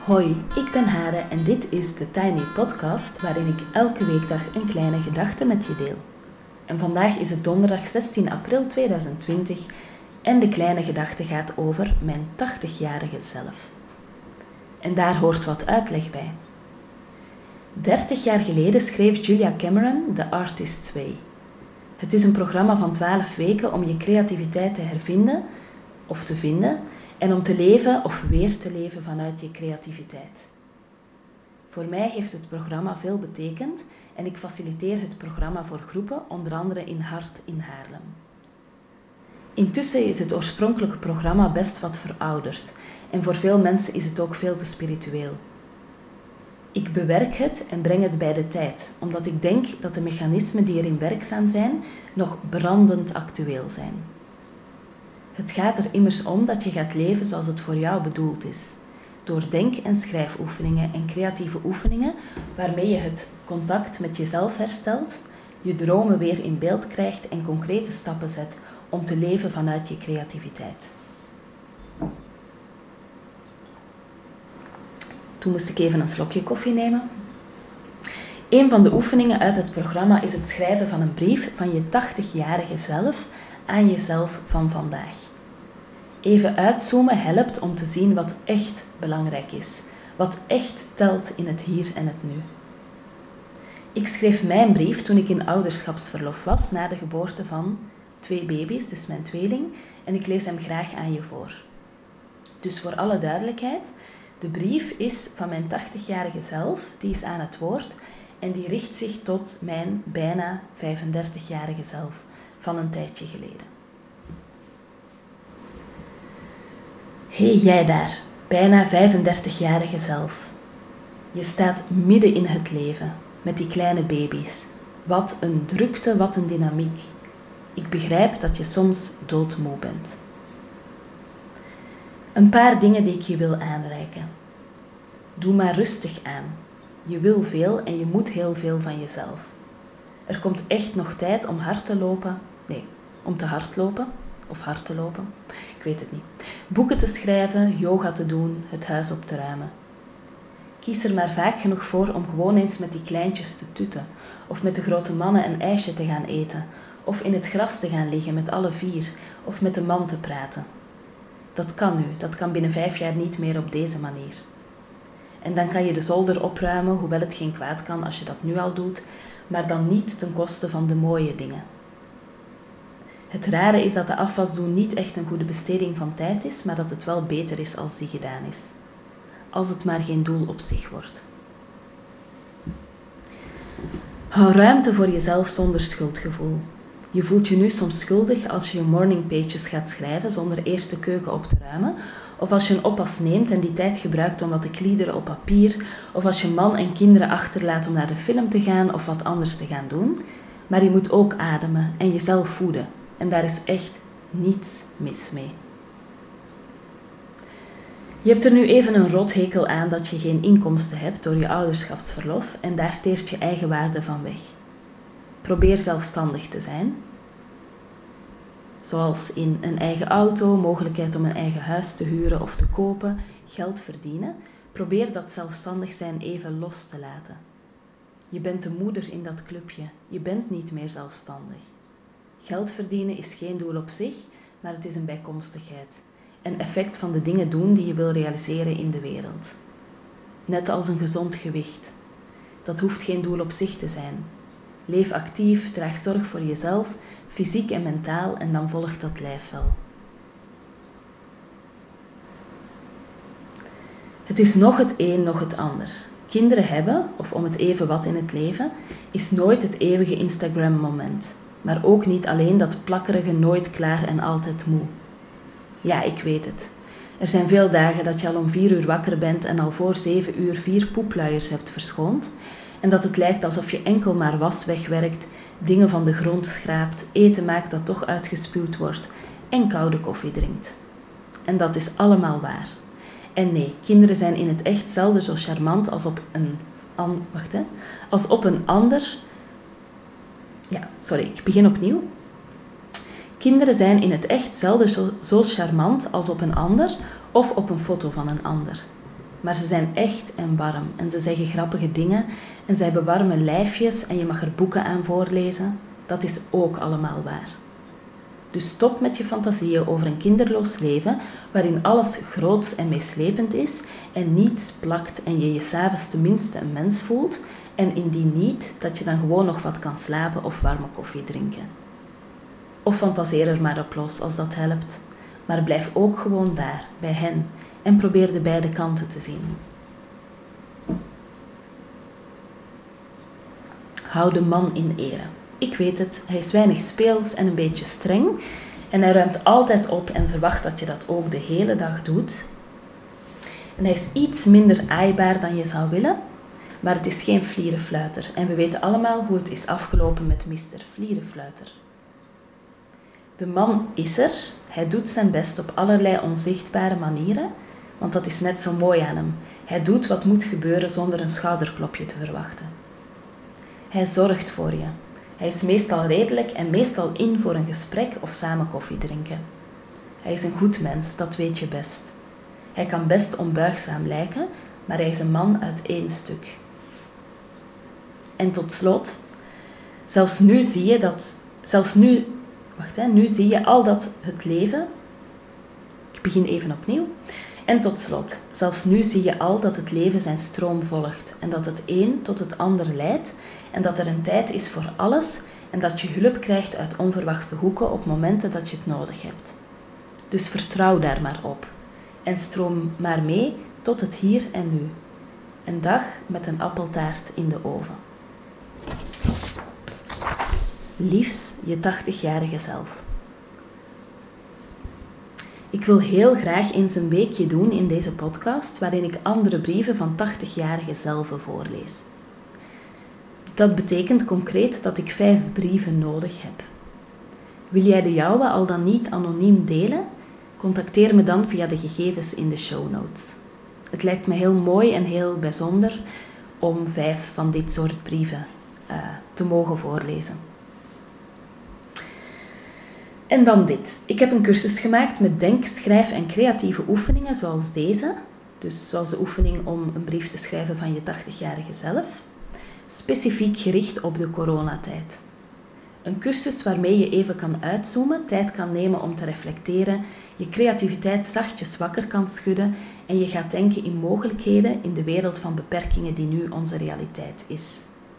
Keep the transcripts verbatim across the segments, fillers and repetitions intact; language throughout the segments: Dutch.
Hoi, ik ben Hade en dit is de Tiny Podcast waarin ik elke weekdag een kleine gedachte met je deel. En vandaag is het donderdag zestien april tweeduizend twintig en de kleine gedachte gaat over mijn tachtigjarige zelf. En daar hoort wat uitleg bij. dertig jaar geleden schreef Julia Cameron The Artist's Way. Het is een programma van twaalf weken om je creativiteit te hervinden of te vinden en om te leven of weer te leven vanuit je creativiteit. Voor mij heeft het programma veel betekend en ik faciliteer het programma voor groepen, onder andere in Hart in Haarlem. Intussen is het oorspronkelijke programma best wat verouderd en voor veel mensen is het ook veel te spiritueel. Ik bewerk het en breng het bij de tijd, omdat ik denk dat de mechanismen die erin werkzaam zijn nog brandend actueel zijn. Het gaat er immers om dat je gaat leven zoals het voor jou bedoeld is. Door denk- en schrijfoefeningen en creatieve oefeningen waarmee je het contact met jezelf herstelt, je dromen weer in beeld krijgt en concrete stappen zet om te leven vanuit je creativiteit. Toen moest ik even een slokje koffie nemen. Een van de oefeningen uit het programma is het schrijven van een brief van je tachtigjarige zelf aan jezelf van vandaag. Even uitzoomen helpt om te zien wat echt belangrijk is, wat echt telt in het hier en het nu. Ik schreef mijn brief toen ik in ouderschapsverlof was na de geboorte van twee baby's, dus mijn tweeling, en ik lees hem graag aan je voor. Dus voor alle duidelijkheid, de brief is van mijn tachtigjarige zelf, die is aan het woord en die richt zich tot mijn bijna vijfendertigjarige zelf van een tijdje geleden. Hé jij daar, bijna vijfendertigjarige zelf. Je staat midden in het leven, met die kleine baby's. Wat een drukte, wat een dynamiek. Ik begrijp dat je soms doodmoe bent. Een paar dingen die ik je wil aanreiken. Doe maar rustig aan. Je wil veel en je moet heel veel van jezelf. Er komt echt nog tijd om hard te lopen. Nee, om te hardlopen. Of hard te lopen. Ik weet het niet. Boeken te schrijven, yoga te doen, het huis op te ruimen. Kies er maar vaak genoeg voor om gewoon eens met die kleintjes te tutten. Of met de grote mannen een ijsje te gaan eten. Of in het gras te gaan liggen met alle vier. Of met de man te praten. Dat kan nu. Dat kan binnen vijf jaar niet meer op deze manier. En dan kan je de zolder opruimen, hoewel het geen kwaad kan als je dat nu al doet, maar dan niet ten koste van de mooie dingen. Het rare is dat de afwas doen niet echt een goede besteding van tijd is, maar dat het wel beter is als die gedaan is. Als het maar geen doel op zich wordt. Hou ruimte voor jezelf zonder schuldgevoel. Je voelt je nu soms schuldig als je je morning pages gaat schrijven zonder eerst de keuken op te ruimen, of als je een oppas neemt en die tijd gebruikt om wat te kliederen op papier, of als je man en kinderen achterlaat om naar de film te gaan of wat anders te gaan doen. Maar je moet ook ademen en jezelf voeden. En daar is echt niets mis mee. Je hebt er nu even een rothekel aan dat je geen inkomsten hebt door je ouderschapsverlof en daar steert je eigen waarde van weg. Probeer zelfstandig te zijn. Zoals in een eigen auto, mogelijkheid om een eigen huis te huren of te kopen, geld verdienen. Probeer dat zelfstandig zijn even los te laten. Je bent de moeder in dat clubje. Je bent niet meer zelfstandig. Geld verdienen is geen doel op zich, maar het is een bijkomstigheid. Een effect van de dingen doen die je wil realiseren in de wereld. Net als een gezond gewicht. Dat hoeft geen doel op zich te zijn. Leef actief, draag zorg voor jezelf, fysiek en mentaal, en dan volgt dat lijf wel. Het is nog het een, nog het ander. Kinderen hebben, of om het even wat in het leven, is nooit het eeuwige Instagram-moment. Maar ook niet alleen dat plakkerige nooit klaar en altijd moe. Ja, ik weet het. Er zijn veel dagen dat je al om vier uur wakker bent en al voor zeven uur vier poepluiers hebt verschoond. En dat het lijkt alsof je enkel maar was wegwerkt, dingen van de grond schraapt, eten maakt dat toch uitgespuwd wordt en koude koffie drinkt. En dat is allemaal waar. En nee, kinderen zijn in het echt zelden zo charmant als op een, an, wacht, hè, als op een ander... Ja, sorry, ik begin opnieuw. Kinderen zijn in het echt zelden zo, zo charmant als op een ander of op een foto van een ander. Maar ze zijn echt en warm en ze zeggen grappige dingen en ze hebben warme lijfjes en je mag er boeken aan voorlezen. Dat is ook allemaal waar. Dus stop met je fantasieën over een kinderloos leven waarin alles groots en meeslepend is en niets plakt en je je 's avonds tenminste een mens voelt en indien niet, dat je dan gewoon nog wat kan slapen of warme koffie drinken. Of fantaseer er maar op los als dat helpt. Maar blijf ook gewoon daar, bij hen, en probeer de beide kanten te zien. Hou de man in ere. Ik weet het, hij is weinig speels en een beetje streng. En hij ruimt altijd op en verwacht dat je dat ook de hele dag doet. En hij is iets minder aaibaar dan je zou willen. Maar het is geen vlierenfluiter. En we weten allemaal hoe het is afgelopen met mister Vlierenfluiter. De man is er. Hij doet zijn best op allerlei onzichtbare manieren. Want dat is net zo mooi aan hem. Hij doet wat moet gebeuren zonder een schouderklopje te verwachten. Hij zorgt voor je. Hij is meestal redelijk en meestal in voor een gesprek of samen koffie drinken. Hij is een goed mens, dat weet je best. Hij kan best onbuigzaam lijken, maar hij is een man uit één stuk. En tot slot, zelfs nu zie je dat, zelfs nu, wacht hè, nu zie je al dat het leven, ik begin even opnieuw, en tot slot, zelfs nu zie je al dat het leven zijn stroom volgt en dat het een tot het ander leidt en dat er een tijd is voor alles en dat je hulp krijgt uit onverwachte hoeken op momenten dat je het nodig hebt. Dus vertrouw daar maar op en stroom maar mee tot het hier en nu. Een dag met een appeltaart in de oven. Liefs, je tachtigjarige zelf. Ik wil heel graag eens een weekje doen in deze podcast waarin ik andere brieven van tachtigjarige zelven voorlees. Dat betekent concreet dat ik vijf brieven nodig heb. Wil jij de jouwe al dan niet anoniem delen? Contacteer me dan via de gegevens in de show notes. Het lijkt me heel mooi en heel bijzonder om vijf van dit soort brieven uh, te mogen voorlezen. En dan dit. Ik heb een cursus gemaakt met denk-, schrijf- en creatieve oefeningen zoals deze. Dus zoals de oefening om een brief te schrijven van je tachtigjarige zelf. Specifiek gericht op de coronatijd. Een cursus waarmee je even kan uitzoomen, tijd kan nemen om te reflecteren, je creativiteit zachtjes wakker kan schudden en je gaat denken in mogelijkheden in de wereld van beperkingen die nu onze realiteit is.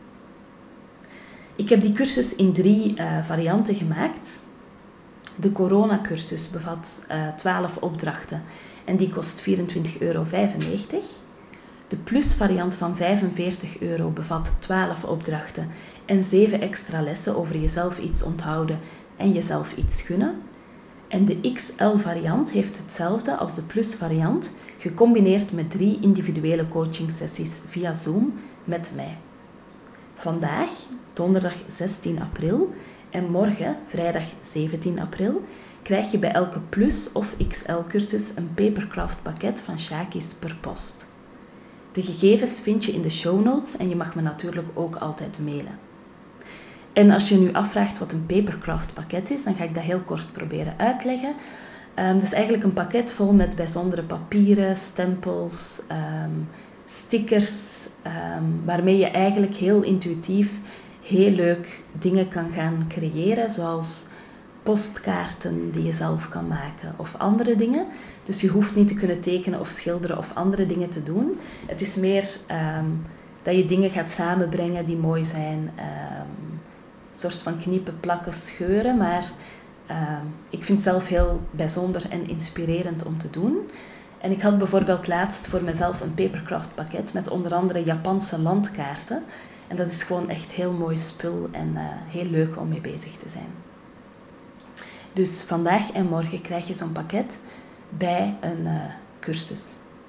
Ik heb die cursus in drie uh, varianten gemaakt. De coronacursus bevat uh, twaalf opdrachten en die kost vierentwintig euro vijfennegentig. De plusvariant van vijfenveertig euro bevat twaalf opdrachten en zeven extra lessen over jezelf iets onthouden en jezelf iets gunnen. En de X L-variant heeft hetzelfde als de plusvariant, gecombineerd met drie individuele coachingsessies via Zoom met mij. Vandaag, donderdag zestien april, en morgen, vrijdag zeventien april, krijg je bij elke Plus- of X L-cursus een Papercraft pakket van Shakis per post. De gegevens vind je in de show notes en je mag me natuurlijk ook altijd mailen. En als je nu afvraagt wat een Papercraft pakket is, dan ga ik dat heel kort proberen uitleggen. Um, dat is eigenlijk een pakket vol met bijzondere papieren, stempels, um, stickers, um, waarmee je eigenlijk heel intuïtief heel leuk dingen kan gaan creëren, zoals postkaarten die je zelf kan maken of andere dingen. Dus je hoeft niet te kunnen tekenen of schilderen of andere dingen te doen. Het is meer um, dat je dingen gaat samenbrengen die mooi zijn. Um, een soort van kniepen, plakken, scheuren. Maar um, ik vind het zelf heel bijzonder en inspirerend om te doen. En ik had bijvoorbeeld laatst voor mezelf een Papercraft pakket met onder andere Japanse landkaarten. En dat is gewoon echt heel mooi spul en uh, heel leuk om mee bezig te zijn. Dus vandaag en morgen krijg je zo'n pakket bij een uh, cursus.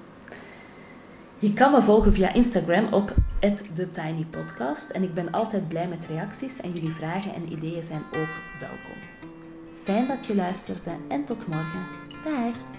Je kan me volgen via Instagram op at the tiny podcast en ik ben altijd blij met reacties en jullie vragen en ideeën zijn ook welkom. Fijn dat je luisterde en tot morgen. Dag!